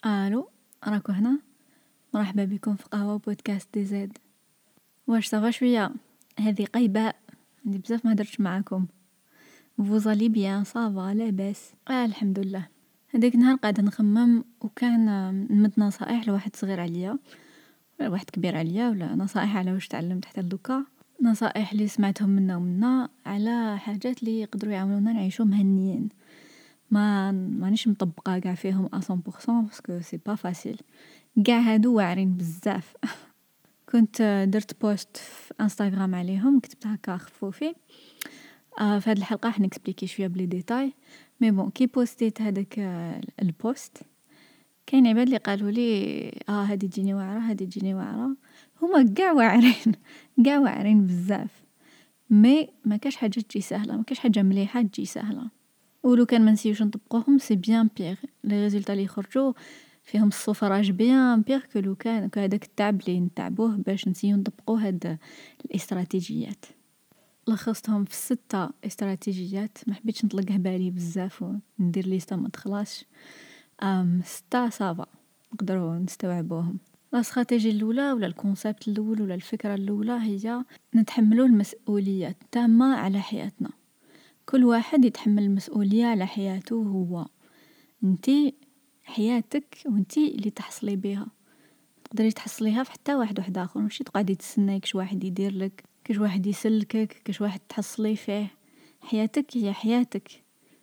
الو، راكو هنا. مرحبا بكم في قهوة بودكاست دي زاد. واش صافا شويه؟ هذه قيباء، عندي بزاف ما هدرتش معاكم. فوزالي بيان؟ صافا لاباس؟ الحمد لله. هذيك النهار قاعده نخمم وكان نمد نصائح لواحد صغير عليا ولا واحد كبير عليا، ولا نصائح على واش تعلمت حتى دوكا، نصائح اللي سمعتهم منا على حاجات اللي يقدروا يعاونونا نعيشوا مهنيين. ما مانيش مطبقه كاع فيهم 100% باسكو سي با فاسيل. كاع هادو واعرين بزاف. كنت درت بوست في انستغرام عليهم، كتبت هكا خفوفي. في هذه الحلقه راح نكسبليكي شويه بلي ديتاي. مي بون كي بوستيت هذاك البوست، كاين عباد اللي قالوا لي هذه تجيني واعره، هذه تجيني واعره. هما كاع واعرين. كاع واعرين بزاف. مي ما كاش حاجه تجي سهله، ما كاش حاجه مليحه تجي سهله. ولو كان ما نسيوش نطبقوهم سي بيان بيغ. لي ريزولطا اللي يخرجوا فيهم الصفراج بيان بيغ كلو كان هذاك التعب اللي نتعبوه باش نسيو نطبقوا هاد الاستراتيجيات. لخصتهم في 6 استراتيجيات، ما حبيتش نطلقه بالي بزاف وندير ليستا ما تخلاص. 6 صافا نقدروا نستوعبوهم. لا استراتيجي الاولى ولا الكونسيبت الاول ولا الفكره الاولى هي نتحملوا المسؤوليه التامه على حياتنا. كل واحد يتحمل المسؤوليه على حياته هو. انتي حياتك وانتي اللي تحصلي بها، تقدري تحصليها في حتى واحد اخر. ماشي تقعدي تسناي كش واحد يدير لك، كش واحد يسلكك، كش واحد تحصلي فيه. حياتك هي حياتك،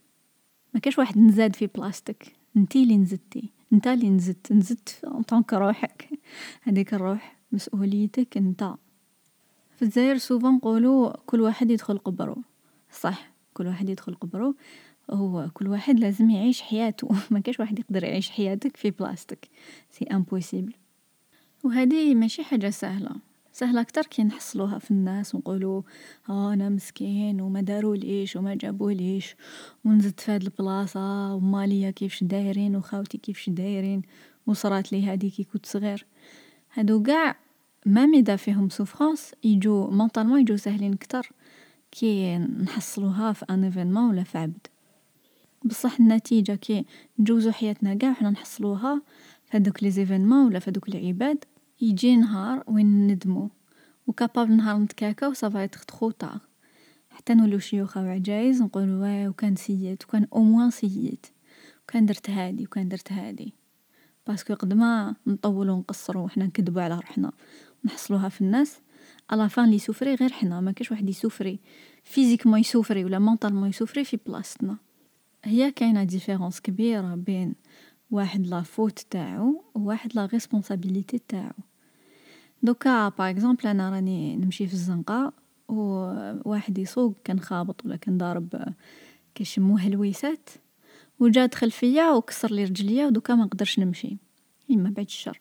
ما كاش واحد نزاد في بلاستيك. انتي اللي نزدتي، انت اللي نزدت طونك روحك. هذيك الروح مسؤوليتك انت. في الجزائر سوفا نقولوا كل واحد يدخل قبره. صح، كل واحد يدخل قبره. هو كل واحد لازم يعيش حياته. ما كاش واحد يقدر يعيش حياتك في بلاستيك، سي امبوسيبل. وهذه ماشي حاجه سهله اكثر كي نحصلوها في الناس ونقولوا انا مسكين وما داروا ليش وما جابوا ليش ونزدت في هذه البلاصه وماليا كيفاش دايرين وخاوتي كيفاش دايرين وصرات لي هذه كي كنت صغير. هادو كاع ما ميدا فيهم سوفرانس يجو مونطالمون يجو سهلين اكثر كي نحصلوها في ان ايفينمون ولا في عبد. بصح النتيجه كي نجوزو حياتنا كاع وحنا نحصلوها في هذوك لي زيفينمون ولا في هذوك العباد، يجي نهار وين ندمو وكابابل نهار نتكاكاو صافا يتخ ترو طار. حتى نولو شيوخه وعجايز نقولوا واه وكان سييت وكان او موان سييت وكان درت هادي وكان درت هادي. باسكو قد ما نطولوا ونقصروا وحنا نكذبوا على روحنا ونحصلوها في الناس، على فان لي سوفري غير حنا. ما كاش واحد يسوفري فيزيكمون يسوفري ولا مونطالمون يسوفري في بلاصتنا. هي كاينه ديفيرونس كبيره بين واحد لا فوت تاعو وواحد لا ريسبونسابيلتي تاعو. دوكا باغ اكزومبل انا راني نمشي في الزنقه وواحد يسوق كان خابط ولا كان ضارب كيشموه هلويسات وجا دخل فيا وكسر لي رجليا ودوكا ما نقدرش نمشي. ما بعد الشر.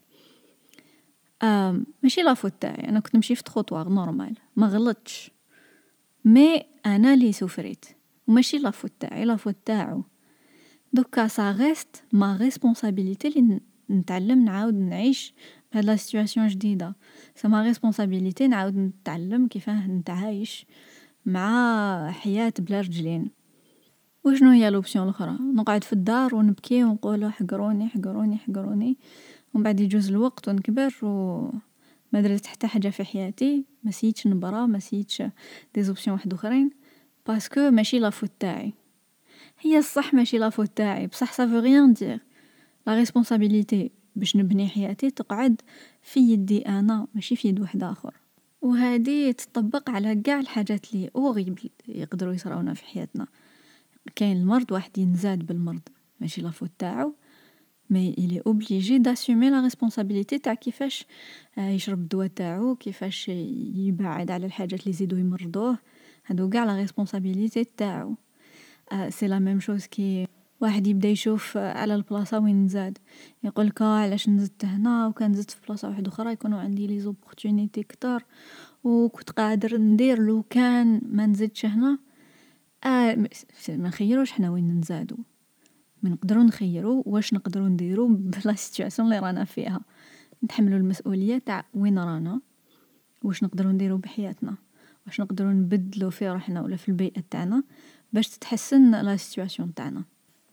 ماشي لا فوت تاعي، انا كنت نمشي في تخوطوار نورمال ما غلطش. مي انا لي سوفريت وماشي لا فوت تاعي، لا فوت تاعو. دوكا سا غيست ما ريسبونسابيلتي اللي نتعلم نعاود نعيش بهاد لا سيتوياسيون جديده. سا ما ريسبونسابيلتي نعاود نتعلم كيفاه نتعايش مع حياه بلا رجلين. وشنو هي لوبسيون الاخرى؟ نقعد في الدار ونبكي ونقول حقروني حقروني حقروني، ومن بعد يجوز الوقت ونكبر وما درت حتى حاجه في حياتي، ما سيتش نبرا، ما سيتش دي زوبسيون واحد اخرين باسكو ماشي لا فوت تاعي. هي الصح ماشي لا فوت تاعي، بصح سا فو ريان دير. لا ريسبونسابيلتي باش نبني حياتي تقعد في يدي انا ماشي في يد واحد اخر. وهذه تطبق على كاع الحاجات اللي اوغيبل يقدروا يصراونا في حياتنا. كاين المرض، واحد ينزاد بالمرض ماشي لا فوت تاعو، مي إلي اوبليجي داسومي لا ريسبونسابيلتي تاع كيفاش يشرب الدواء تاعو، كيفاش يبعد على الحاجات اللي يزيدوا يمرضوه. هادو كاع لا ريسبونسابيلتي تاعو. سي لا ميم شوز كي واحد يبدا يشوف على البلاصه وين نزاد، يقولك علاش نزدت هنا وكان زدت في بلاصه واحده اخرى يكونوا عندي لي زوبورتونيتي كتر وكنت قادر ندير لو كان ما نزدش هنا. ما نخيروش حنا وين نزادو، ما نقدروا نخيروا واش نقدروا نديروا بلا سيتوياسيون اللي رانا فيها. نتحملوا المسؤوليه تاع وين رانا، واش نقدروا نديروا بحياتنا، واش نقدروا نبدلوا في روحنا ولا في البيئه تاعنا باش تتحسن لا سيتوياسيون تاعنا.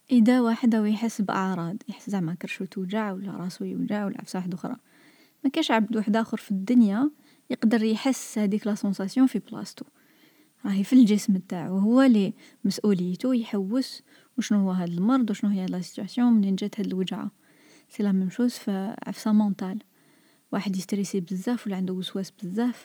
إذا واحد هو يحس بأعراض، يحس زعما كرشو توجع ولا راسو يوجع ولا عفسة واحدة أخرى، ما كاش عبد واحد آخر في الدنيا يقدر يحس هذيك لا سونساسيون في بلاصتو، راهي في الجسم تاعو، هو اللي مسؤوليته يحوس وشنو هو هذا المرض وشنو هي لا سيتواسيون منين جات هاد الوجعة. سي لا ميم شوز في عفسة مونطال، واحد يستريسي بزاف ولا عنده وسواس بزاف،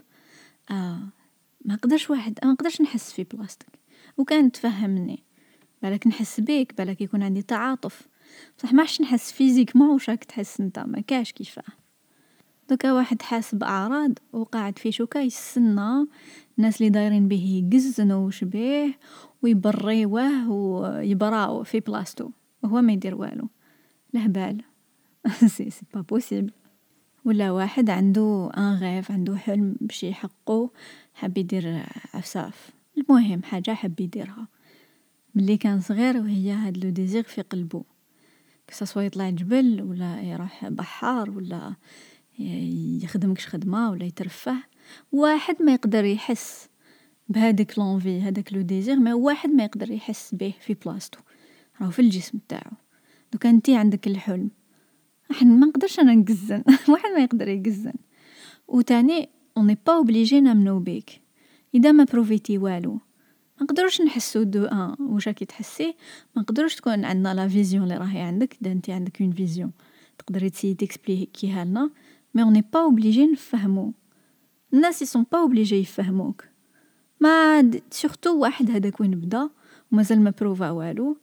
ما نقدرش نحس في بلاصتك، وكان تفهمني بالك نحس بيك، بالك يكون عندي تعاطف، بصح ما عادش نحس فيزيكمون واش راك تحس نتا، ما كاش كيفاه. دوكا واحد حاس بأعراض وقاعد في شوكا يستنى الناس اللي دايرين به يقزنوش بيه ويبريوه ويبراو في بلاصتو وهو ما يدير والو، لهبال. سي با بوسيبل. ولا واحد عنده ان غيف، عنده حلم باش يحقو، حاب يدير عفساف، المهم حاجة حاب يديرها ملي كان صغير وهي هاد لو ديزير في قلبو، كسا يطلع جبل ولا يروح بحار ولا يخدم كش خدمة ولا يترفه. واحد ما يقدر يحس بهاديك لونفي، هذاك لو ديزير، ما واحد ما يقدر يحس به في بلاصتو، راهو في الجسم تاعو. دوكا انتي عندك الحلم، احنا ما نقدرش انا نقزن. واحد ما يقدر يقزن. وتاني اون ني با اوبليجي نامنو بيك اذا ما بروفيتي والو، ما نقدروش نحسو دو ان واش راكي تحسي، ما نقدروش تكون عندنا لا فيزيون اللي راهي عندك، اذا انت عندك اون فيزيون تقدري تسيي تكسبليكيها لنا، مي اون ني با اوبليجي نفهمو. الناس يسون با اوبليجي يفهموك، ما سورتو واحد هذاك وين بدا ومازال ما بروفا والو.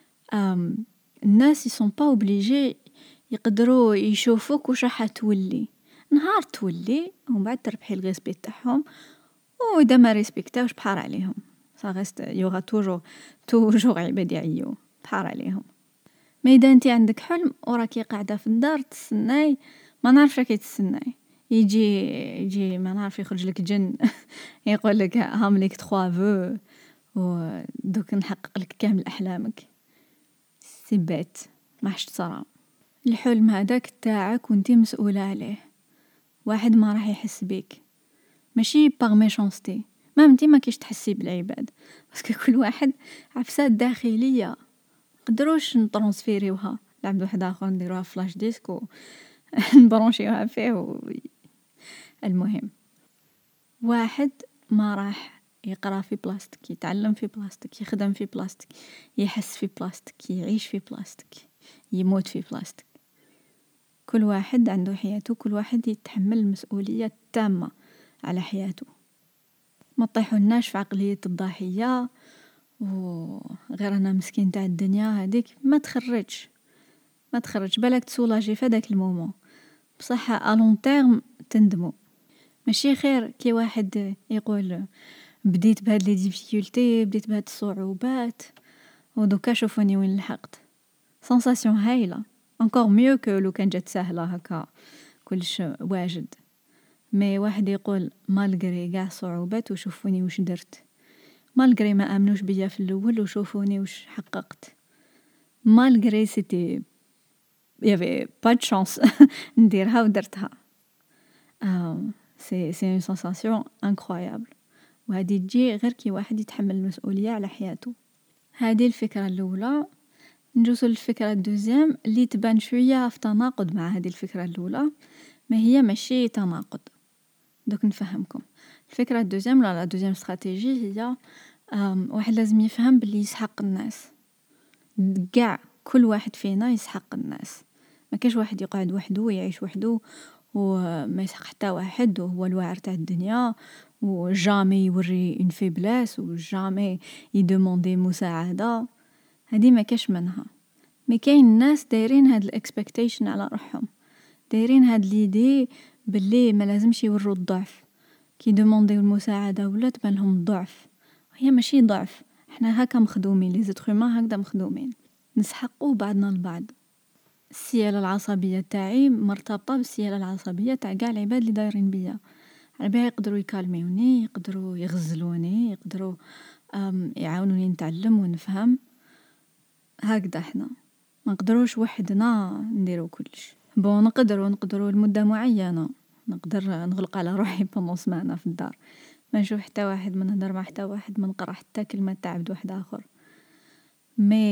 الناس يسون با اوبليجي يقدروا يشوفوك واش راح تولي، نهار تولي ومن بعد تربحي الغيسبي تاعهم، واذا ما ريسبكتاوش بحار عليهم، سا غيست يوغا توجور عباد يعيو بحار عليهم. ما اذا انت عندك حلم وراكي قاعده في الدار تسناي، ما نعرف راكي تسناي، يجي ما نعرف يخرج لك جن يقول لك هام ليك 3 فو ودوك نحقق لك كامل احلامك. سي بيت، ما حش تصرى. الحلم هذاك تاعك وانتي مسؤولة عليه، واحد ما راح يحس بيك، ماشي باغ ميشونستي، ما انتي ما كيش تحسي بالعباد، باسكو كل واحد عفسات داخلية قدروش نطرونسفيريوها لعبد واحد اخر، نديروها فلاش ديسك نبرونشيوها فيه المهم واحد ما راح يقرا في بلاصتك، يتعلم في بلاصتك، يخدم في بلاصتك، يحس في بلاصتك، يعيش في بلاصتك، يموت في بلاصتك. كل واحد عنده حياته، كل واحد يتحمل المسؤولية التامة على حياته. ما تطيحولناش في عقلية الضحية وغير انا مسكين تاع الدنيا هذيك، ما تخرج بالك تسولاجي في هذاك المومون، بصح الون تيرم تندمو. ماشي خير كي واحد يقول بديت بهاد لي ديفيكولتي، بديت بهاد الصعوبات ودوكا شوفوني وين لحقت، سونساسيون هايله، انكور ميو كو لو كان جات ساهله هكا كلش واجد. مي واحد يقول مالغري قاع صعوبات وشوفوني واش درت، مالغري ما امنوش بيا في الاول وشوفوني واش حققت، مالغري سيتي يافي با دو شانس نديرها ودرتها. سي اون سونساسيون انكرويابل، وهذه تجي غير كي واحد يتحمل المسؤولية على حياته. هذه الفكرة الأولى. نجوزو للفكرة الدوزيام اللي تبان شوية في تناقض مع هذه الفكرة الأولى، ما هي ماشي تناقض. دوك نفهمكم الفكرة الدوزيام ولا لا دوزيام استراتيجي هي واحد لازم يفهم باللي يسحق الناس، قاع كل واحد فينا يسحق الناس، ما كاش واحد يقعد وحده ويعيش وحده وما يسحق حتى واحد وهو الواعر تاع الدنيا وجامي يوري اون فيبلاس وجامي يدوموندي مساعدة، هذه ما كاش منها. مي كاين الناس دايرين هاد الاكسبكتيشن على روحهم، دايرين هاد ليدي باللي ما لازمش يورو الضعف، كي دومونديو المساعدة ولا تبان لهم الضعف، هي ماشي ضعف، احنا هكا مخدومين، لي زيترومان هكذا مخدومين، نسحقوا بعضنا البعض. السيالة العصبية تاعي مرتبطة بالسيالة العصبية تاع قاع العباد اللي دايرين بيا، على بها يقدروا يكالميوني، يقدروا يغزلوني، يقدروا يعاونوني نتعلم ونفهم. هكذا احنا ما نقدروش وحدنا نديرو كلش. بون نقدروا لمدة معينة، نقدر نغلق على روحي بوندون سمانة في الدار، ما نشوف حتى واحد، ما نهدر مع حتى واحد، ما نقرا حتى كلمة تاع عبد واحد اخر. مي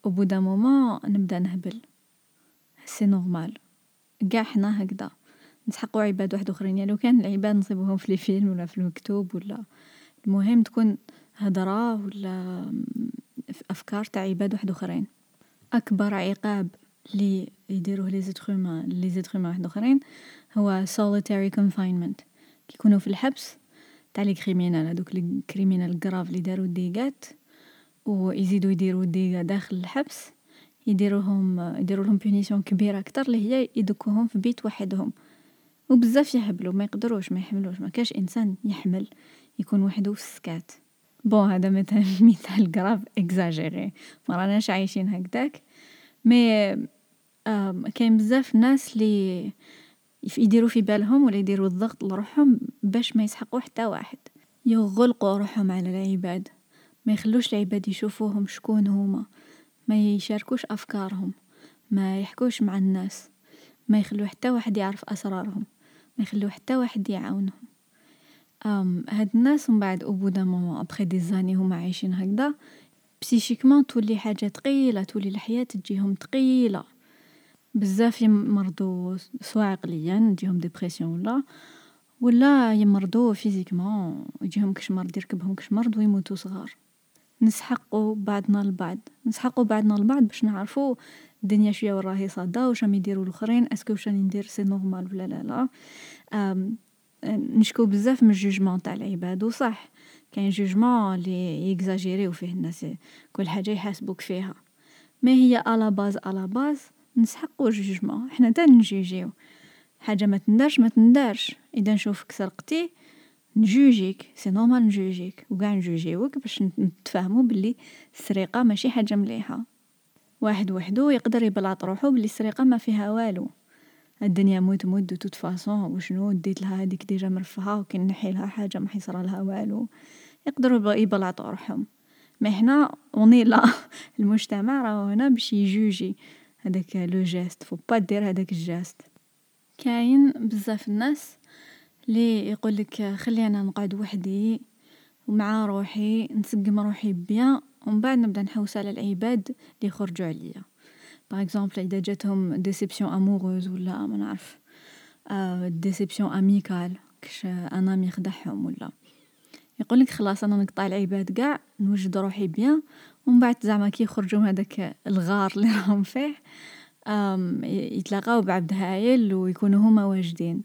au bout d'un moment نبدا نهبل. سي نورمال، كاع حنا هكذا نسحقوا عباد واحد اخرين. يعني لو كان العباد نصيبوهم في لي فيلم ولا في المكتوب ولا المهم تكون هضره ولا في افكار تاع عباد واحد اخرين. اكبر عقاب اللي يديروه لي زيتر واحد اخرين هو solitary confinement. كيكونوا في الحبس تاع لي كريمينال، هذوك لي كريمينال كراف اللي داروا ديغات ويزيدوا يديروا ديغا داخل الحبس، يديروا لهم بونيسيون كبيره اكثر اللي هي يدكوهم في بيت وحدهم. وبزاف يهبلوا ما يقدروش ما يحملوش، ما كاش انسان يحمل يكون وحده في السكات. بون هذا مثال كراف اكزاجيري، ما راناش عايشين هكذاك. مي كاين بزاف ناس اللي يديروا في بالهم ولا يديروا الضغط لروحهم باش ما يسحقوا حتى واحد، يغلقوا روحهم على العباد، ما يخلوش العباد يشوفوهم شكون هما، ما يشاركوش افكارهم، ما يحكوش مع الناس، ما يخلو حتى واحد يعرف اسرارهم، ما يخلو حتى واحد يعاونهم. هاد الناس من بعد او بودا مومون ابري دي زاني هما عايشين هكذا، بسيشيكمون تولي حاجه ثقيله، تولي الحياه تجيهم ثقيله بزاف. يمرضوا سواء عقليا تجيهم ديبرسيون ولا يمرضوا فيزيكمون يجيهم كشمرض، يركبهم كشمرض ويموتوا صغار. نسحقوا بعضنا البعض باش نعرفوا الدنيا شويه وين راهي صاده، واش راهم يديروا الاخرين، اسكو واش راني ندير سي نورمال ولا لا. نشكو بزاف من الجوجمون تاع العباد، وصح كاين جوجمون اللي يكزاجيريو فيه الناس، كل حاجه يحاسبوك فيها. ما هي على باز نسحقوا الجوجمون، حنا تا نجوجيو حاجه ما تندارش. اذا نشوفك سرقتي نجوجيك، سي نورمال نجوجيك وكاع نجوجيوك باش نتفاهموا باللي السرقه ماشي حاجه مليحه. واحد وحده يقدر يبلعط روحو باللي السرقه ما فيها والو، الدنيا موت دو توت فاصون، وشنو ديت لها هذيك ديجا مرفهه وكي نحي لها حاجه ما حيصرى لها والو، يقدروا يبلعطوا روحهم. ما احنا اوني لا المجتمع راه هنا باش يجوجي هذاك لو جيست، فو با دير هذاك الجيست. كاين بزاف الناس اللي يقول لك خلي انا نقعد وحدي ومع روحي نسقم روحي بيان ومن بعد نبدا نحوس على العباد اللي يخرجوا عليا. باغ اكزومبل اذا جاتهم ديسيبسيون اموروز ولا ما نعرف ديسيبسيون اميكال، كش انا يخدعهم ولا يقول لك خلاص انا نقطع العباد كاع نوجد روحي بيان، ومن بعد زعما كي يخرجوا من هذاك الغار اللي راهم فيه يتلاقاو بعبد هايل ويكونوا هما واجدين.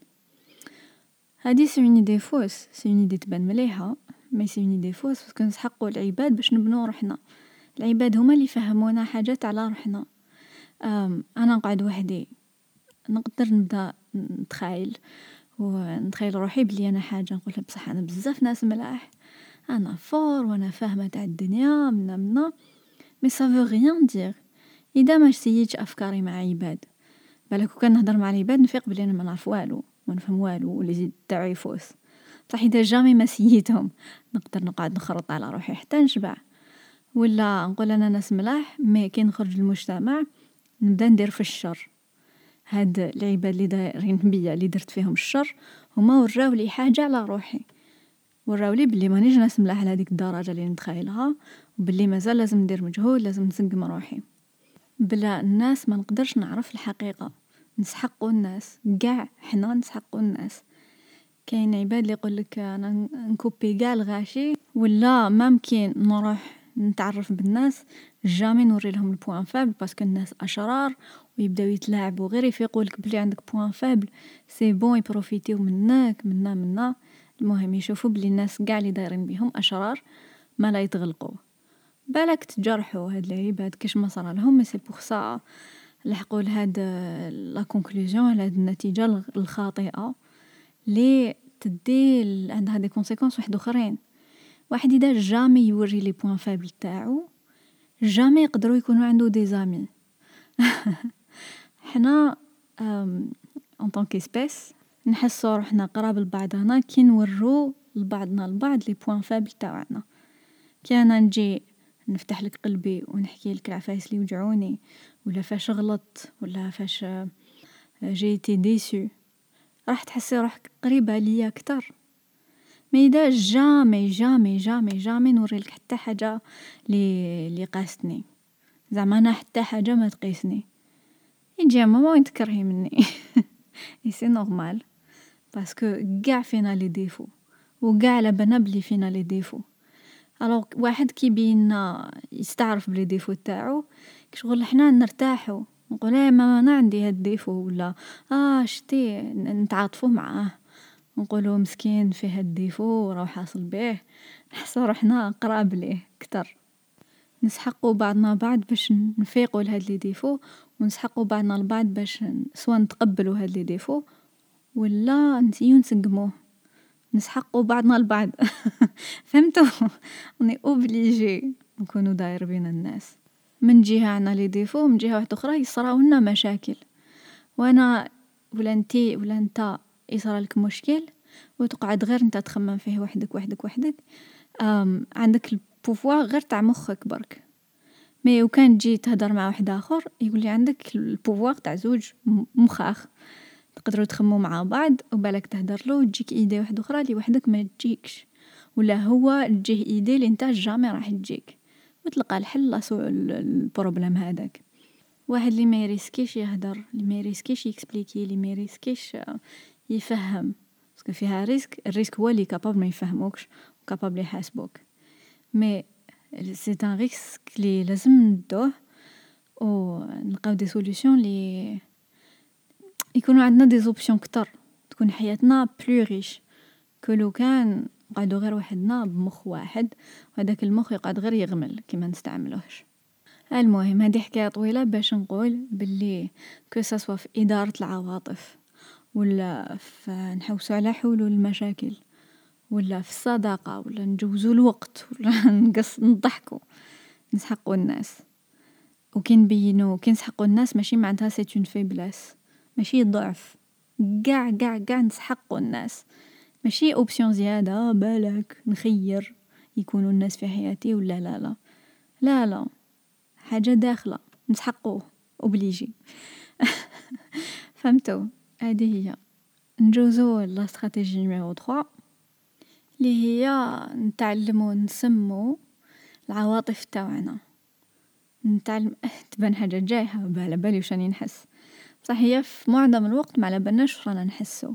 هذه سي اون ايدي فوس، سي اون ايدي تبان مليحه، مي سي اون ايدي فوس باسكو نسحقوا العباد باش نبنوا روحنا. العباد هما اللي يفهمونا حاجات على روحنا. انا نقعد وحدي نقدر نبدا نتخايل ونتخيل روحي بلي انا حاجه نقولها بصح انا بزاف ناس ملاح، انا فور وانا فاهمه تاع الدنيا منا مي سافو ريان دير اذا ما سييتش افكاري مع عباد. بالك كان نهضر مع العباد نفيق بلي انا ما نعرف والو ما نفهم والو واللي زيد تاعي يفوس. صح اذا جامي ما سييتهم نقدر نقعد نخرط على روحي حتى نشبع، ولا نقول انا ناس ملاح مي كي نخرج للمجتمع نبدا ندير في الشر. هاد العباد اللي دايرين بيا اللي درت فيهم الشر هما وراو لي حاجه على روحي، وراو لي بلي مانيش ناس ملاح لهاديك الدرجه اللي نتخيلها، وبلي مازال لازم ندير مجهود، لازم نسقم روحي. بلا الناس ما نقدرش نعرف الحقيقه، نسحقوا الناس كاع حنا نسحقوا الناس. كاين عباد اللي يقول لك انا نكوبي كاع الغاشي ولا ممكن نروح نتعرف بالناس، جامي نوري لهم البوين فابل باسكو الناس اشرار ويبداو يتلاعبوا غير يفيقوا لك بلي عندك بوين فابل سي بون يبروفيتيو منك منا. المهم يشوفوا بلي الناس كاع اللي دايرين بهم اشرار ما لا يتغلقوا. بالك تجرحوا هاد العباد كاش ما صرا لهم، مي سي بوغ سا لحقوا لهاد لا كونكلوزيون، لهاد النتيجه الخاطئه لي تدي عندها دي كونسيكونس واحد اخرين. واحد اذا جامي يوري لي بوين فابل تاعو جامي يقدروا يكونوا عنده دي زامي. حنا ان طونك اسبيس نحسوا روحنا قراب لبعضنا كي نورو لبعضنا البعض لي بوين فابل تاعنا. كي انا نجي نفتح لك قلبي ونحكي لك العفايس اللي وجعوني ولا فاش غلطت ولا فاش جيتي ديسو، راح تحسي روحك قريبه ليا اكثر. ما اذا جامي نوري لك حتى حاجه اللي قاستني، زعما انا حتى حاجه ما تقيسني. يجي ماما وين تكرهي مني. اي سي نورمال، باسكو كاع فينا لي ديفو، وكاع على بالنا بلي فينا لي ديفو. الوغ واحد كي يبينا يستعرف بلي ديفو تاعو، كشغل حنا نرتاحو، نقول ماما انا عندي هاد الديفو، ولا شتي نتعاطفوا معاه، نقولوا مسكين فيه هاد الديفو راه حاصل به، نحسوا روحنا قراب ليه كتر. نسحقوا بعضنا بعض باش نفيقوا لهاد لي ديفو، ونسحقوا بعضنا البعض باش سوا نتقبلوا هاد لي ديفو ولا نسيو نسقموه. نسحقوا بعضنا البعض. فهمتوا؟ اوني اوبليجي نكونوا داير بين الناس. من جهه عنا لي ديفو، من جهه واحده اخرى يصراو لنا مشاكل، وانا ولا انتي ولا انت يصرى لك مشكل وتقعد غير انت تخمم فيه وحدك وحدك وحدك، عندك البوفوار غير تاع مخك برك. مي وكان تجي تهدر مع واحد اخر يقولي عندك البوفوار تاع زوج مخاخ، تقدروا تخمموا مع بعض وبالك تهدر له وتجيك ايدي واحده اخرى اللي وحدك ما تجيكش، ولا هو تجيه ايدي اللي انت جامي راح تجيك، وتلقى الحل لاسو البروبليم هذاك. واحد اللي ما يريسكيش يهدر، اللي ما يريسكيش يكسبليكي، اللي ما يريسكيش يفهم، باسكو فيها ريسك. الريسك هو اللي كابابل ما يفهموكش وكابابل يحاسبوك، مي سي ان ريسك اللي لازم ندوه ونلقاو دي سوليوشن اللي يكونوا عندنا دي زوبسيون كتر، تكون حياتنا بلو ريش كلو كان نقعدو غير وحدنا بمخ واحد، وهذاك المخ يقعد غير يغمل كي ما نستعملوهش. المهم هذه حكايه طويله باش نقول باللي كو سوا في اداره العواطف، ولا في نحوسوا على حلول المشاكل، ولا في الصداقه، ولا نجوزوا الوقت، ولا نضحكوا، نسحقوا الناس. وكي نبينوا كي نسحقوا الناس ماشي معناتها سي اون فيبلس، ماشي ضعف. كاع نسحقوا الناس، ماشي اوبسيون زياده بالك نخير يكونوا الناس في حياتي ولا لا لا لا لا، حاجه داخله نسحقوه اوبليجي. فهمتوا؟ هذه هي. نجوزو لا استراتيجي نيميرو 3 اللي هي نتعلموا نسمو العواطف تاعنا. نتعلم تبان حاجه جايها على بالي واش راني نحس، بصح هي في معظم الوقت ما على بالناش واش رانا نحسو.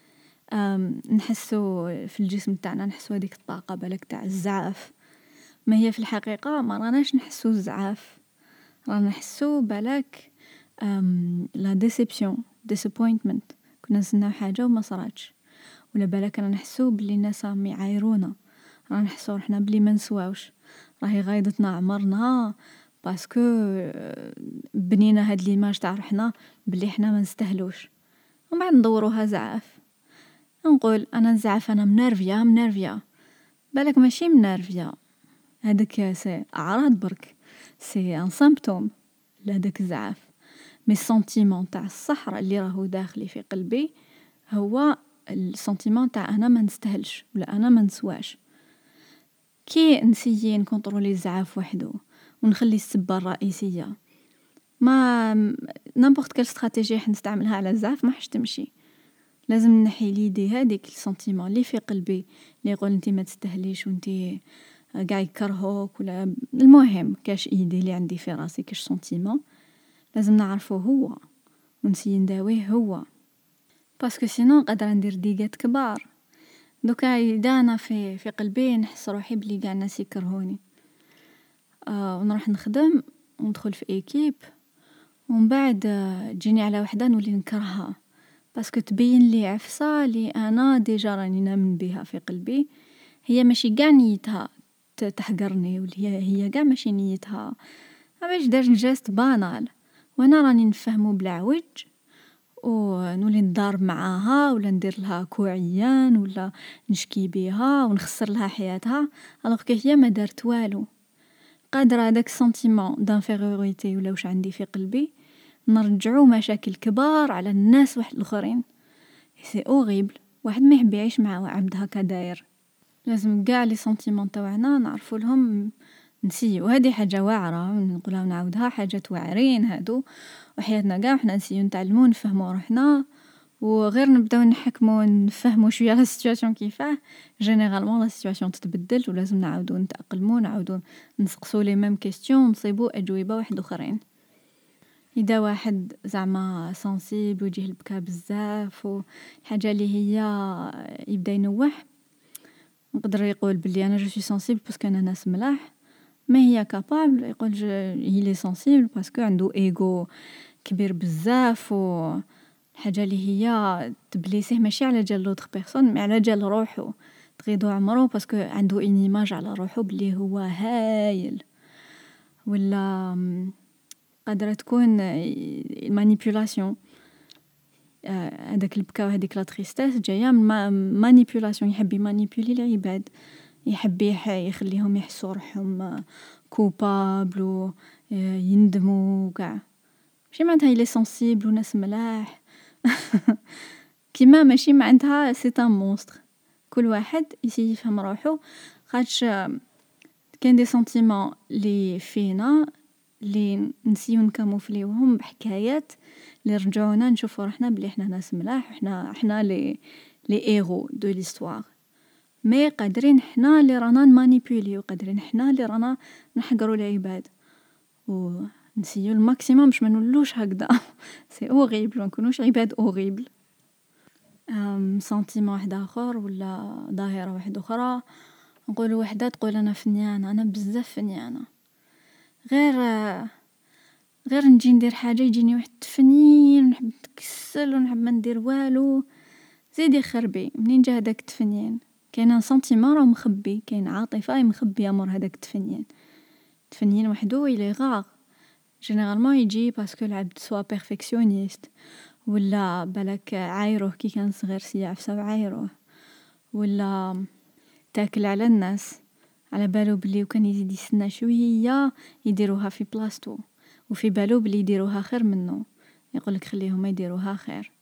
نحسو في الجسم تاعنا، نحسو هذيك الطاقه بالك تاع الزعاف، ما هي في الحقيقه ما راناش نحسو الزعاف، رانا نحسو بالك لا ديسيبسيون ديسابوينتمنت، كنا نستناو حاجه وما صراتش، ولا بالك رانا نحسو بلي الناس راهم يعايرونا، رانا نحسو روحنا بلي ما نسواوش، راهي غايضتنا عمرنا باسكو بنينا هاد ليماج تاع روحنا بلي احنا ما نستاهلوش، ومن بعد ندوروها زعاف. نقول انا نزعف، انا منرفيه بالك ماشي منرفيه، هذاك سي اعراض برك، سي ان سيمبتوم لهداك الزعاف. مي السنتيمون تاع الصحراء اللي راهو داخلي في قلبي هو السنتيمون تاع انا ما نستاهلش ولا انا ما نسواش. كي نسيي نكونطرولي الزعاف وحده ونخلي السبه الرئيسيه، ما نامبورط كال استراتيجي حنستعملها على الزعاف ما حش تمشي. لازم نحي ليدي هذيك السنتيمون اللي في قلبي اللي يقول انت ما تستاهليش وانت قاع يكرهوك، ولا المهم كاش ايدي اللي عندي في راسي كاش سنتيمون لازم نعرفه هو ونسي نداويه هو، باسكو سينو قادره ندير ديقات كبار. دوكا اذا انا في قلبي نحس روحي بلي قاع الناس يكرهوني، ونروح نخدم وندخل في ايكيب، ومن بعد تجيني على وحده نولي نكرهها باسكو تبين لي عفسه لي انا ديجا راني نامن بها في قلبي. هي ماشي قاع نيتها تحقرني، ولا هي قاع ماشي نيتها باش دار جيست بانال، وانا راني نفهمو بلا عوج ونولي نضارب معاها، ولا ندير لها كوعيان، ولا نشكي بيها ونخسر لها حياتها، الوغ كو هي ما دارت والو. قادره هذاك سنتيمون دانفيروريتي ولا واش عندي في قلبي نرجعو مشاكل كبار على الناس واحد الاخرين. سي اوريبل، واحد ما يحب يعيش مع عبد هكا داير. لازم كاع لي سنتيمون تاعنا نعرفوا لهم نسيو. وهذه حاجه واعره نقولها ونعاودها، حاجات واعرين هادو وحياتنا كاع حنا نسيو نتعلمو نفهمو روحنا وغير نبداو نحكموا نفهموا شويه لا سيتوياسيون كيفاه جينيرالمون لا سيتوياسيون تتبدل ولازم نعاودو نتاقلموا نعاودو نسقسوا لي ميم كيستيون ونصيبوا اجوبه واحد اخرين. اذا واحد زعما سنسيبل ويجيه البكا بزاف والحاجه اللي هي يبدا ينوح، نقدر يقول بلي انا جو سوي سنسيبل باسكو انا ناس ملاح، ما هي كابابل يقول هي لي سنسيبل باسكو عنده ايغو كبير بزاف و الحاجه اللي هي تبليسيه ماشي على جال لوطخ بيرسون مي على جال روحو، تغيضو عمرو باسكو عنده اون ايماج على روحو بلي هو هايل. ولا قادره تكون مانيبيولاسيون، هذاك البكا وهذيك لا تريستيس جايه من مانيبيولاسيون، يحب يمانيبيولي العباد، يحب يخليهم يحسوا روحهم كوبابل و يندموا وكاع. ماشي معناتها يلي سنسيبل وناس ملاح كيما ماشي معناتها سي ان مونستر. كل واحد يسي يفهم روحو، خاطش كاين دي سنتيمون لي فينا لي نسيو نكاموفليوهم بحكايات لي رجعونا نشوفوا روحنا بلي احنا ناس ملاح، احنا لي هيرو دو ليستوار. مي قادرين احنا اللي رانا نمانيبيوليو، قادرين احنا اللي رانا نحقروا العباد ونسيو الماكسيموم باش ما نولوش هكذا سي اوريبل، ما نكونوش عباد اوريبل. سنتيمون واحد اخر ولا ظاهره واحده اخرى، نقولوا وحده تقول انا فنيانه، انا بزاف فنيانه، غير غير نجي ندير حاجه يجيني واحد التفنين ونحب نتكسل ونحب ما ندير والو، زيدي خربي منين جا هذاك التفنين؟ كاين ان سنتيمون راه مخبي، كاين عاطفه مخبيه مور هذاك التفنين. التفنين وحده الى غار جينيرالمون يجي باسكو العبد سوا بيرفكسيونيست، ولا بالك عايروه كي كان صغير سي عفسه وعايروه، ولا تاكل على الناس على بالو بلي وكان يزيد يسنى شويه يديروها في بلاصتو، وفي بالو بلي يديروها خير منه، يقولك خليهم يديروها خير.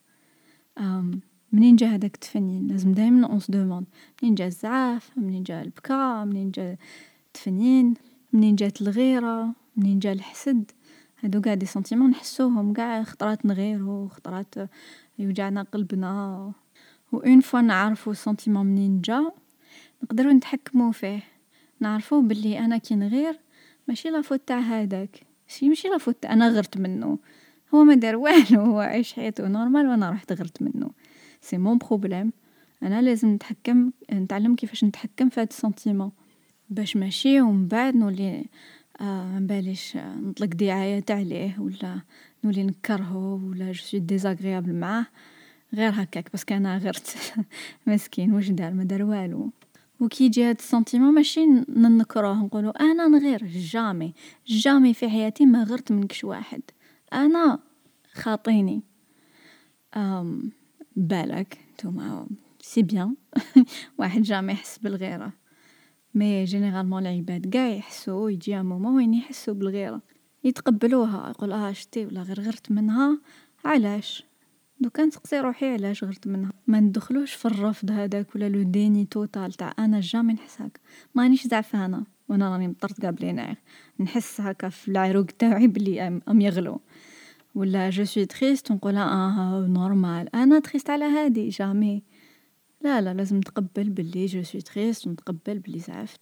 منين جا هذاك التفنين؟ لازم دائما اون سو دوموند منين جا الزعاف، منين جا البكاء، منين جا التفنين، منين جات الغيره، منين جا الحسد. هادو قاع دي سنتيمون نحسوهم قاع، خطرات نغيرو خطرات يوجعنا قلبنا، و اون فوا نعرفو سنتيمون منين جا نقدروا نتحكموا فيه، نعرفوا بلي انا كي نغير ماشي لا فوت تاع هذاك، ماشي لا فوت انا غرت منه، هو ما دار والو، هو عايش حياته نورمال وانا رحت غرت منه، سي مون بروبليم. انا لازم نتعلم كيفاش نتحكم في هاد السنتيمون باش ماشي ومن بعد نولي مباليش نطلق دعايات عليه ولا نولي نكرهه ولا جو سوي ديزاغريابل معاه غير هكاك باسكو انا غرت مسكين واش دار؟ ما دار والو. وكي يجي هاد السنتيمون ماشي ننكروه نقولوا انا نغير، جامي جامي في حياتي ما غرت من كش واحد، انا خاطيني. بالك نتوما سي بيان واحد جامي يحس بالغيره، مي جينيرالمون العباد قاع يحسوا، يجي مومون وين يحسوا بالغيره يتقبلوها، يقول شتي ولا غير غرت منها، علاش؟ دوكا نسقسي روحي علاش غرت منها، ما ندخلوش في الرفض هذاك ولا لو ديني توتال تاع انا جامي نحس هكا، مانيش زعفانه وانا راني مطرت قبل نعرف نحس هكا في العروق تاعي بلي ام يغلو، ولا جو سوي تريست ونقول نورمال انا تريست على هادي جامي. لا لا، لازم نتقبل بلي جو سوي تريست ونتقبل بلي زعفت،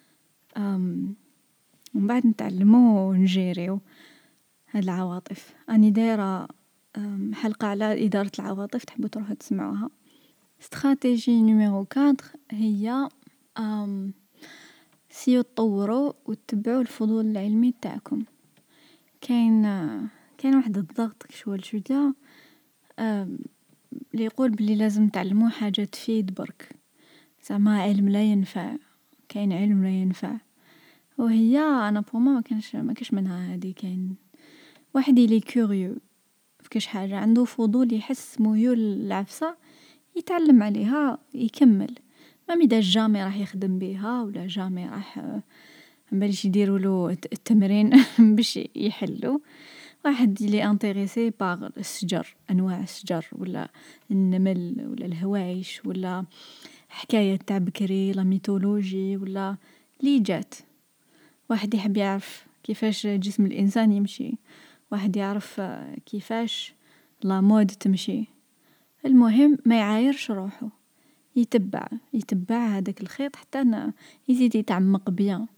ومن بعد نتعلمو ونجيريو هاد العواطف. اني دايره حلقه على اداره العواطف، تحبوا تروحوا تسمعوها. استراتيجي نيميرو 4 هي سيو تطوروا وتتبعوا الفضول العلمي تاعكم. كاين واحد الضغط شوال شويه اللي يقول بلي لازم تعلموا حاجه تفيد برك، زعما علم لا ينفع، كاين علم لا ينفع، وهي انا بوما ما كاش منها هذه. كاين واحد اللي كوريو فكاش حاجه عنده فضول، يحس ميول العفسه يتعلم عليها يكمل، ما ميدا جامي راح يخدم بها ولا جامي راح باليش يديروا له التمرين باش يحلو. واحد اللي انتريسي باغ الشجر، انواع الشجر ولا النمل ولا الهوايش ولا حكايه تاع بكري لا ميثولوجي ولا لي جات، واحد يحب يعرف كيفاش جسم الانسان يمشي، واحد يعرف كيفاش لا مود تمشي، المهم ما يعايرش روحه، يتبع هذاك الخيط حتى يزيد يتعمق بيان.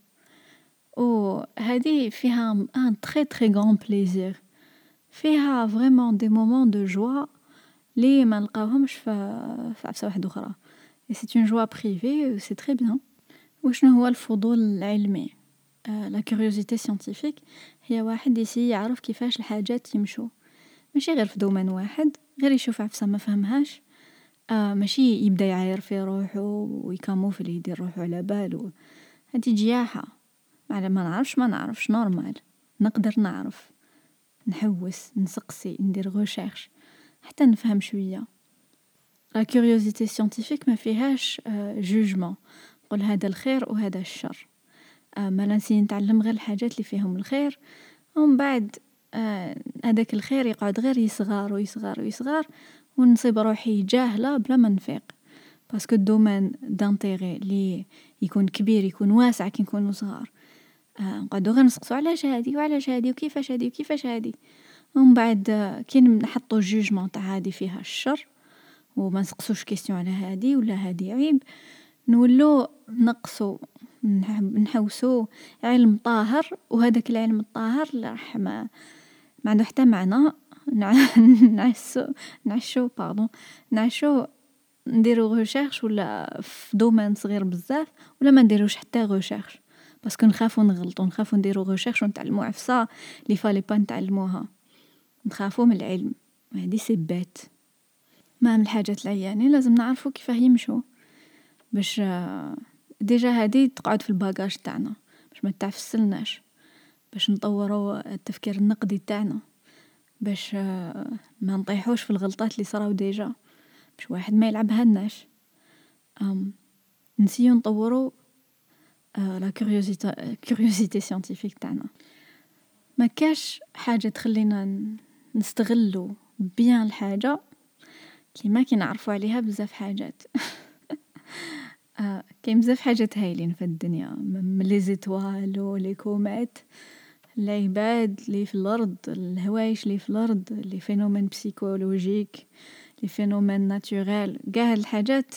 وهذه فيها ان تري تري غون بليزير، فيها فريمون دي مومون دو جوا لي ما نلقاوهمش في عفسه واحده اخرى. et c'est une joie privée, c'est très bien. وشنو هو الفضول العلمي؟ لا كوريوزيتي سيانتيفيك هي واحد يعرف كيفاش الحاجات يمشوا، ماشي غير في دومين واحد، غير يشوف عفسه ما فهمهاش ماشي يبدا يعاير في روحه ويكاموفلي يدير روحه على بالو. هذه جياحه. ما نعرفش نورمال، نقدر نعرف، نحوس، نسقسي، ندير غوشيرش حتى نفهم شويه. لا كوريوزيتي سيانتيفيك ما فيهاش جوجمون، نقول هذا الخير وهذا الشر. ما نسي نتعلم غير الحاجات اللي فيهم الخير، ومن بعد هذاك الخير يقعد غير يصغر ويصغر ويصغر، ونصيب روحي جاهله بلا ما نفيق. باسكو الدومين دانتيغي اللي يكون كبير يكون واسع كي نكونوا صغار، نقعدوا غير نسقسوا علاش هادي وعلاش هادي وكيفاش هادي وكيفاش هادي، ومن بعد كي نحطوا جوجمون تاع هادي فيها الشر وما نسقسوش كيستيون على هادي ولا هادي عيب، نولو نقصوا نحوسوا علم طاهر، وهذاك العلم الطاهر اللي راح ما عنده حتى معنى. نعشو نديرو ريشيرش ولا في دومين صغير بزاف، ولا ما نديروش حتى ريشيرش باسكو نخافوا نغلطوا، نخافوا نديرو ريشيرش ونتعلموا عفسه اللي فالي با نتعلموها، نخافوا من العلم. هذه سي بيت. ما من الحاجات العيانين لازم نعرفوا كيفاه يمشوا باش ديجا هذه تقعد في الباجاج تاعنا، باش ما تعفسلناش، باش نطوروا التفكير النقدي تاعنا، باش ما نطيحوش في الغلطات اللي صراو ديجا، باش واحد ما يلعبها لناش. نسيو نطوروا لا كوريوزيتي سيانتيفيك تاعنا. ما كاش حاجه تخلينا نستغلوا بيان الحاجه كيما كي نعرفوا عليها بزاف حاجات. كاين بزاف حاجات هايلين في الدنيا، من لي زيتوال ولي كوميت، العباد اللي في الارض، الهوايش اللي في الارض، لي فينومين بسيكولوجيك، لي فينومين ناتوريل، كاع الحاجات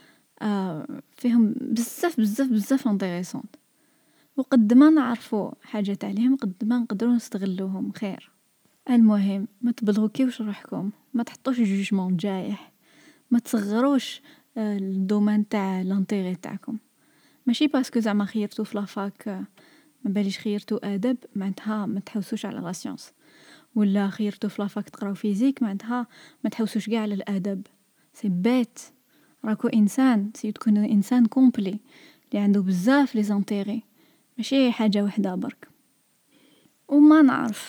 فيهم بزاف بزاف بزاف انتريسونت. وقد ما نعرفوا حاجات عليهم قد ما نقدروا نستغلوهم خير. المهم ما تبلغوكيوش روحكم، ما تحطوش جوجمون جايح، ما تصغروش الدومين تاع لانتيغي تاعكم. ماشي باسكو زعما خيرتو في لافاك ما باليش خيرتو ادب معناتها ما تحوسوش على لا سيونس، ولا خيرتو في لافاك تقراو فيزيك معناتها ما تحوسوش كاع على الادب. سي بيت، راكو انسان، سي تكون انسان كومبلي اللي عنده بزاف لي زانتيغي، ماشي حاجه وحده برك. وما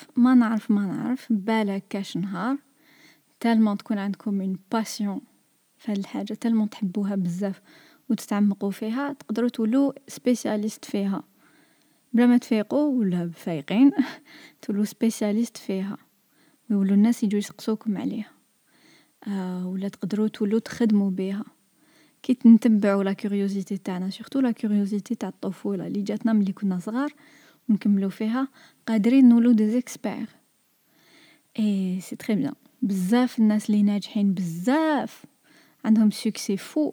نعرف بالك كاش نهار تالمون تكون عندكم اون باسيون فهاد الحاجه، تالمون تحبوها بزاف وتتعمقوا فيها، تقدروا تولوا سبيسياليست فيها بلا ما تفيقوا ولا فايقين. تولوا سبيسياليست فيها ويولوا الناس يجوا يسقسوكم عليها. ولا تقدروا تولوا تخدموا بها كي نتبعوا لا كوريوزيتي تاعنا، سورتو لا كوريوزيتي تاع الطفوله اللي جاتنا ملي كنا صغار ونكملوا فيها، قادرين نولوا دي زيكسبير. اي سي تري بيان. بزاف الناس اللي ناجحين بزاف عندهم سوكسي فو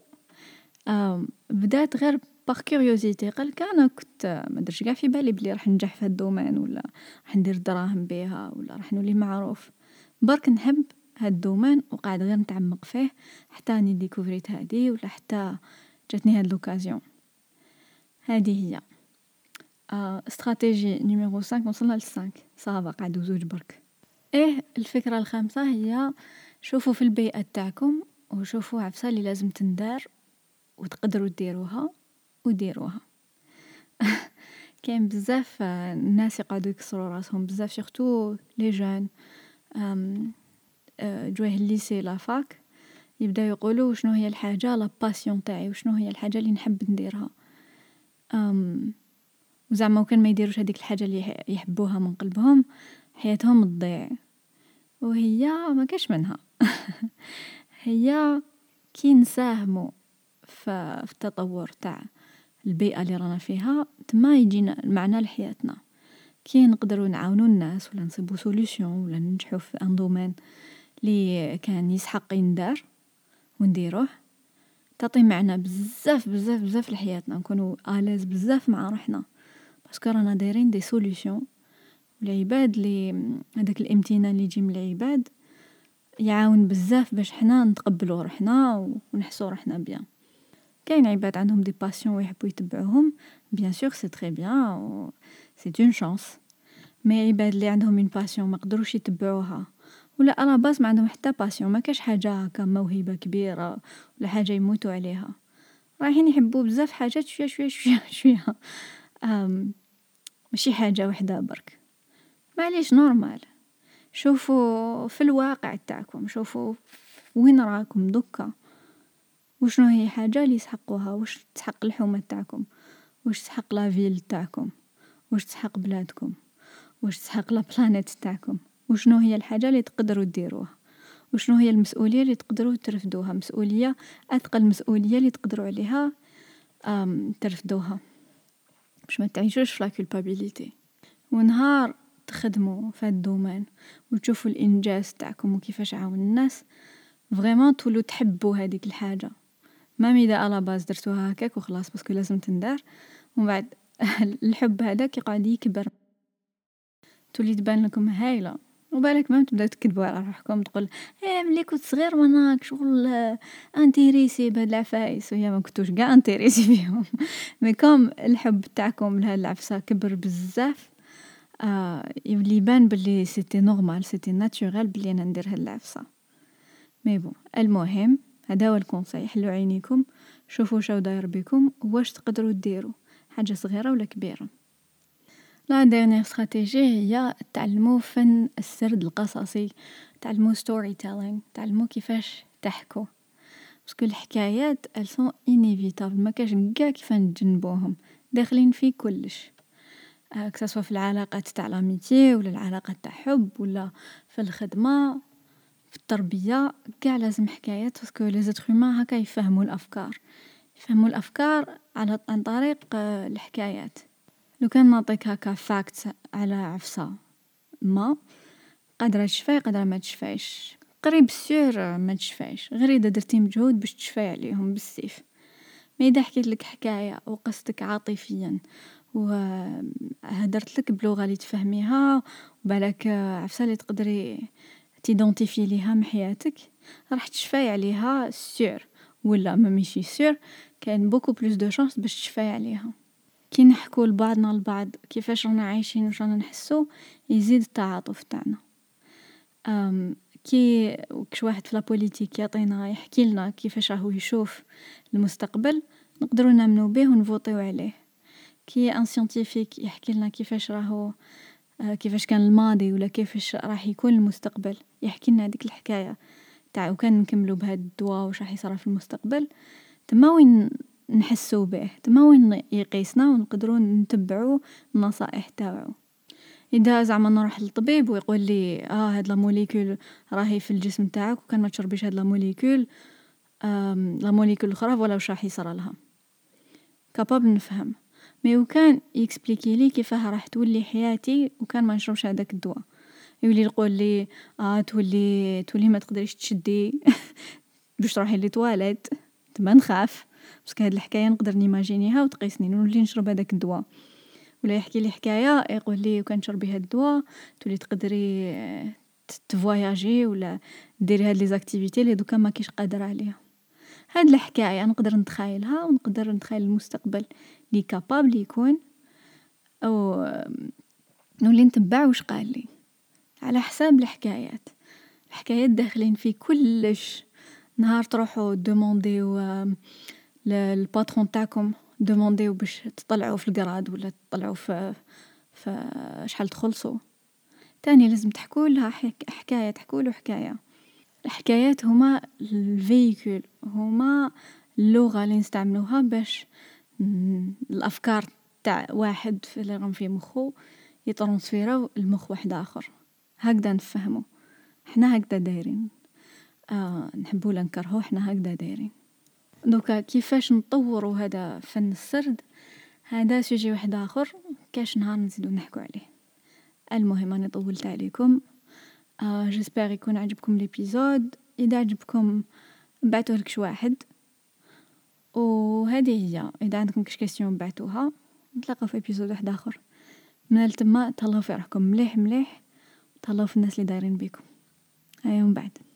بدات غير باغ كوريوزيتي، قالك انا كنت ما درتش كاع في بالي بلي راح ننجح في هاد الدومين، ولا راح ندير دراهم بها، ولا راح نولي معروف. برك نحب هاد الدومين وقاعد غير نتعمق فيه حتى اني ديكوفريت هادي، ولا حتى جاتني هاد لوكازيون. هذه هي استراتيجي نيميرو 5. وصلنا ل 5 صافا، قعدوا زوج برك. الفكره الخامسه هي شوفوا في البيئه تاعكم وشوفوا عفسه اللي لازم تندار وتقدروا ديروها وديروها. كاين بزاف الناس يقعدوا يكسروا راسهم بزاف، سورتو لي جون جويه الليسي لافاك، يبداو يقولوا شنو هي الحاجه لا باسيون تاعي، وشنو هي الحاجه اللي نحب نديرها. وزعما وكان ما يديروش هذيك الحاجه اللي يحبوها من قلبهم، حياتهم تضيع. وهي ما كاش منها. هي كي نساهموا في التطور تاع البيئه اللي رانا فيها، تما يجينا المعنى لحياتنا. كي نقدروا نعاونوا الناس ولا نصيبوا سوليوشن ولا ننجحوا في ان دومين اللي كان يسحق يندار، ونديروه تعطي معنى بزاف بزاف بزاف لحياتنا، نكونوا آلاز بزاف مع روحنا، باسكو رانا دايرين دي سوليوشن. والعباد اللي هذاك الامتنان اللي يجي من العباد يعاون بزاف باش حنا نتقبلوا روحنا ونحسوا روحنا بيان. كاين عباد عندهم دي باسيون ويحبوا يتبعوهم، بيان سور سي تري بيان، سي اون شانس. مي عباد اللي عندهم اون باسيون ما قدروش يتبعوها، ولا الا باس ما عندهم حتى باسيون، ما كاش حاجه هكا موهبه كبيره ولا حاجه يموتوا عليها، رايحين يحبوا بزاف حاجات شويه شويه شويه شويه، ماشي حاجه وحده برك. معليش نورمال، شوفوا في الواقع تاعكم، شوفوا وين راكم دوكا، وشنو هي حاجه اللي يسحقوها، واش تسحق الحومه تاعكم، واش تسحق لا فيل تاعكم، واش تسحق بلادكم، واش تسحق لا بلانيت تاعكم، وشنو هي الحاجه اللي تقدروا ديروها، وشنو هي المسؤوليه اللي تقدروا ترفدوها، مسؤوليه اثقل مسؤوليه اللي تقدروا عليها ترفدوها، باش ما تعيشوش في لا كولبابيليتي. ونهار تخدموا في هذا الدومين وتشوفوا الانجاز تاعكم وكيفاش عاون الناس، فريمون تولوا تحبوا هذيك الحاجه، ما اذا على باز درتوها هكاك وخلاص باسكو لازم تندار، ومن بعد الحب هذاك يقعد يكبر، تولي تبان لكم هايله، وبالك ما تبداو تكذبوا على روحكم، تقول ملي كنت صغير وانا شغل انتريسي بهاد العفايس، وهي ما كنتوش كاع انتريسي فيهم. مي كوم الحب تاعكم لهاد العفسه كبر بزاف، يولي يبان بلي سيتي نورمال، سيتي ناتورال بلي انا ندير هاد العفسه. مي بون المهم هذا هو الكونساي، حلو عينيكم، شوفوا شاو داير بكم، واش تقدروا ديروا حاجه صغيره ولا كبيره. لا ديرنيير استراتيجي هي تعلموا فن السرد القصصي، تعلموا ستوري تيلينغ، تعلموا كيفاش تحكوا، باسكو الحكايات elles sont inévitables، ما كاش كاع كيف نتجنبوهم، داخلين في كلش، كسوا في العلاقات تاع لاميتي ولا العلاقات تاع حب ولا في الخدمه في التربيه، كاع لازم حكايات، باسكو لي زيتر هومان هكا يفهموا الافكار، يفهموا الافكار عن طريق الحكايات. لو كان نعطيك هكا فاكت على عفسه ما قادره تشفاي قادره ما تشفايش، قريب سير ما تشفايش، غير اذا درتي مجهود باش تشفاي عليهم بالسيف. ما اذا حكيت لك حكايه وقصتك عاطفيا وهدرت لك بلغه اللي تفهميها، وبالك عفسه اللي تقدري تيدونتيفي ليها من حياتك، راح تشفاي عليها سير، ولا ما ماشي سير، كاين بوكو بلوس دو شانس باش تشفاي عليها. كي نحكوا لبعضنا البعض كيفاش رانا عايشين واش رانا نحسوا، يزيد التعاطف تاعنا. كي كش واحد في لابوليتيك يعطينا يحكي لنا كيفاش راهو يشوف المستقبل، نقدروا نامنوا به ونفوتيو عليه. كي ان سيانتيفيك يحكي لنا كيفاش راهو كيفاش كان الماضي ولا كيفاش راح يكون المستقبل، يحكي لنا هذيك الحكايه تاع وكان نكملوا بهذا الدواء واش راح يصرى في المستقبل، تما وين نحسوا به، تما وين يقيسنا ونقدروا نتبعوا النصائح تاعو. اذا زعما نروح للطبيب ويقول لي هاد لا موليكول راهي في الجسم تاعك، وكان ما تشربيش هاد لا موليكول، لا موليكول الاخرى ولا واش راح يصرى لها، كابابل نفهم. مي وكان يكسبليكي لي كيفاه راح تولي حياتي وكان ما نشربش هذاك الدواء، يولي يقول لي تولي ما تقدريش تشدي باش تروحي لي تواليت، تما نخاف، باسكو هاد الحكايه نقدر نيماجينيها وتقيسني نولي نشرب هذاك الدواء. ولا يحكي لي حكايه يقول لي وكان تشربي هاد الدواء تولي تقدري تفواياجي ولا ديري هاد لي زاكتيفيتي اللي دوكا ما كيش قادره عليها. هاد الحكايه نقدر نتخيلها، ونقدر نتخيل المستقبل لي كابابل يكون، او نولي نتبع واش قال لي على حساب الحكايات. الحكايات داخلين في كلش. نهار تروحوا دومونديو للباترون تاعكم، دومونديو باش تطلعوا في القراد ولا تطلعوا في شحال تخلصوا، تاني لازم تحكوا لها حكايه، تحكوا له حكايه. الحكايات هما الفيكول، هما اللغه اللي نستعملوها باش الافكار تاع واحد اللي راهم في مخه يترانسفيراو المخ واحد اخر، هكذا نفهموا. احنا هكذا دايرين، نحبوا ولا نكرهوا، احنا هكذا دايرين. دوكا كيفاش نطوروا هذا فن السرد، هذا سوجي واحد اخر كاش نهار نزيدو نحكوا عليه. المهم انا طولت عليكم، جيسبر يكون عجبكم ليبيزود. اذا عجبكم نبعثوه لكش واحد. وهذه هي، اذا عندكم كاش كيسيون بعثوها. نتلاقاو في ابيزود واحد اخر. من التما تهلاو في روحكم مليح مليح، تهلاو في الناس اللي دايرين بيكم. هيا من بعد.